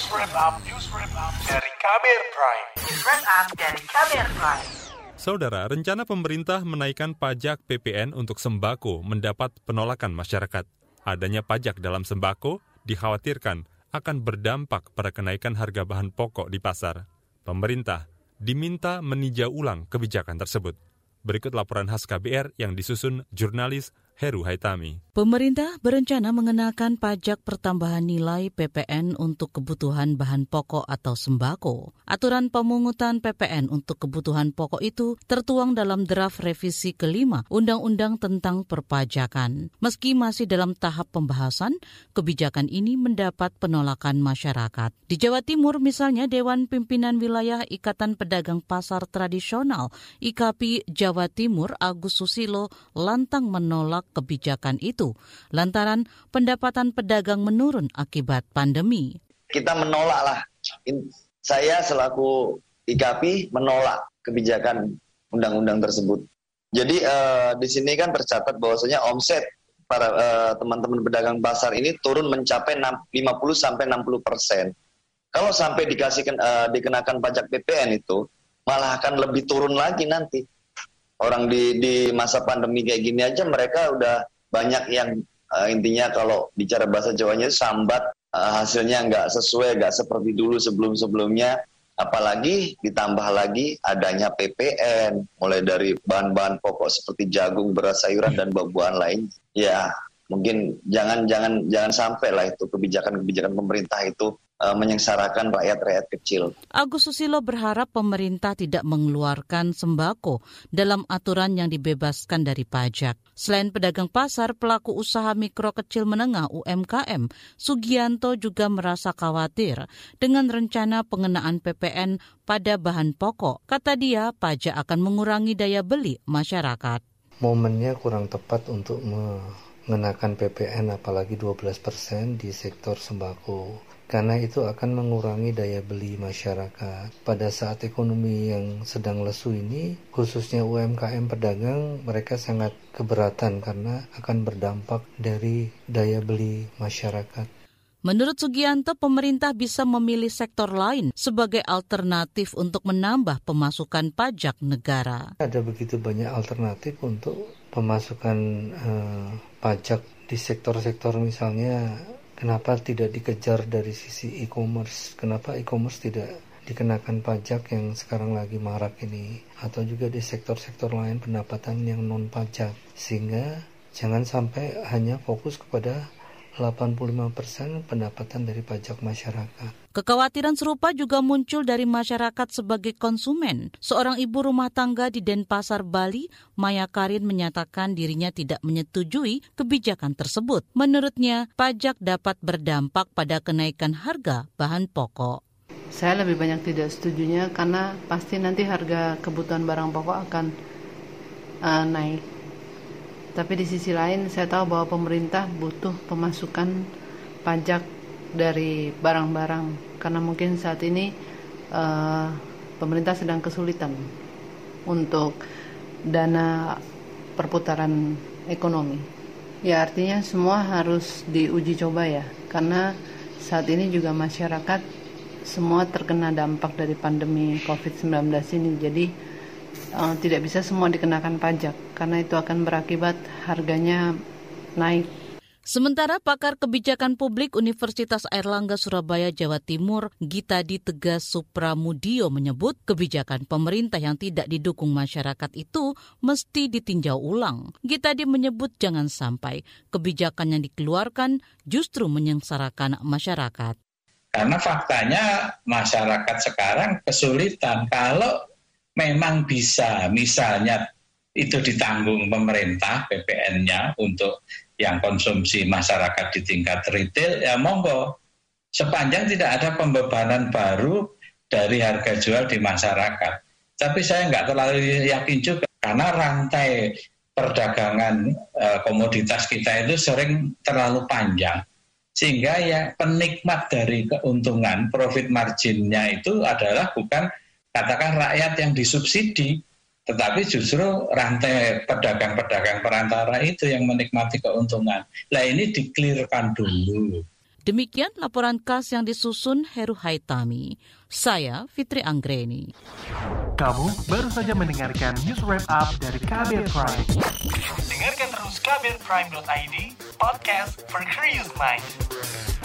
News Wrap Up dari Kamer Prime. News Wrap Up dari Kamer Prime. Saudara, rencana pemerintah menaikkan pajak PPN untuk sembako mendapat penolakan masyarakat. Adanya pajak dalam sembako dikhawatirkan akan berdampak pada kenaikan harga bahan pokok di pasar. Pemerintah diminta meninjau ulang kebijakan tersebut. Berikut laporan khas KBR yang disusun jurnalis Heru Haitami. Pemerintah berencana mengenakan pajak pertambahan nilai PPN untuk kebutuhan bahan pokok atau sembako. Aturan pemungutan PPN untuk kebutuhan pokok itu tertuang dalam draft revisi kelima Undang-Undang tentang Perpajakan. Meski masih dalam tahap pembahasan, kebijakan ini mendapat penolakan masyarakat. Di Jawa Timur misalnya, Dewan Pimpinan Wilayah Ikatan Pedagang Pasar Tradisional IKAPI Jawa Timur Agus Susilo lantang menolak kebijakan itu lantaran pendapatan pedagang menurun akibat pandemi. Kita menolak lah. Saya selaku IKAPI menolak kebijakan undang-undang tersebut. Jadi di sini kan tercatat bahwasanya omset para teman-teman pedagang pasar ini turun mencapai 50-60%. Kalau sampai dikenakan pajak PPN itu malah akan lebih turun lagi nanti. Orang di masa pandemi kayak gini aja mereka udah banyak yang intinya kalau bicara bahasa Jawanya sambat, hasilnya nggak sesuai, nggak seperti dulu sebelum-sebelumnya. Apalagi ditambah lagi adanya PPN, mulai dari bahan-bahan pokok seperti jagung, beras, sayuran, dan buah-buahan lain. Ya mungkin jangan sampai lah itu kebijakan pemerintah itu menyengsarakan rakyat-rakyat kecil. Agus Susilo berharap pemerintah tidak mengeluarkan sembako dalam aturan yang dibebaskan dari pajak. Selain pedagang pasar, pelaku usaha mikro kecil menengah UMKM, Sugianto juga merasa khawatir dengan rencana pengenaan PPN pada bahan pokok. Kata dia, pajak akan mengurangi daya beli masyarakat. Momennya kurang tepat untuk mengenakan PPN apalagi 12% di sektor sembako. Karena itu akan mengurangi daya beli masyarakat. Pada saat ekonomi yang sedang lesu ini, khususnya UMKM pedagang, mereka sangat keberatan karena akan berdampak dari daya beli masyarakat. Menurut Sugianto, pemerintah bisa memilih sektor lain sebagai alternatif untuk menambah pemasukan pajak negara. Ada begitu banyak alternatif untuk pemasukan pajak di sektor-sektor misalnya. Kenapa tidak dikejar dari sisi e-commerce? Kenapa e-commerce tidak dikenakan pajak yang sekarang lagi marak ini? Atau juga di sektor-sektor lain pendapatan yang non-pajak. Sehingga jangan sampai hanya fokus kepada 85% pendapatan dari pajak masyarakat. Kekhawatiran serupa juga muncul dari masyarakat sebagai konsumen. Seorang ibu rumah tangga di Denpasar, Bali, Maya Karin menyatakan dirinya tidak menyetujui kebijakan tersebut. Menurutnya, pajak dapat berdampak pada kenaikan harga bahan pokok. Saya lebih banyak tidak setujunya karena pasti nanti harga kebutuhan barang pokok akan naik. Tapi di sisi lain saya tahu bahwa pemerintah butuh pemasukan pajak dari barang-barang karena mungkin saat ini pemerintah sedang kesulitan untuk dana perputaran ekonomi. Ya artinya semua harus diuji coba ya karena saat ini juga masyarakat semua terkena dampak dari pandemi COVID-19 ini. Jadi tidak bisa semua dikenakan pajak karena itu akan berakibat harganya naik. Sementara pakar kebijakan publik Universitas Airlangga Surabaya Jawa Timur Gitadi Tegas Supramudio menyebut kebijakan pemerintah yang tidak didukung masyarakat itu mesti ditinjau ulang. Gitadi menyebut jangan sampai kebijakan yang dikeluarkan justru menyengsarakan masyarakat. Karena faktanya masyarakat sekarang kesulitan kalau memang bisa, misalnya itu ditanggung pemerintah PPN-nya untuk yang konsumsi masyarakat di tingkat retail, ya monggo. Sepanjang tidak ada pembebanan baru dari harga jual di masyarakat. Tapi saya nggak terlalu yakin juga, karena rantai perdagangan komoditas kita itu sering terlalu panjang. Sehingga ya penikmat dari keuntungan, profit marginnya itu adalah bukan katakan rakyat yang disubsidi, tetapi justru rantai pedagang-pedagang perantara itu yang menikmati keuntungan. Nah ini di-clearkan dulu. Demikian laporan khas yang disusun Heru Haitami. Saya Fitri Anggreni. Kamu baru saja mendengarkan news wrap up dari KBR Prime. Dengarkan terus kbrprime.id, podcast for curious mind.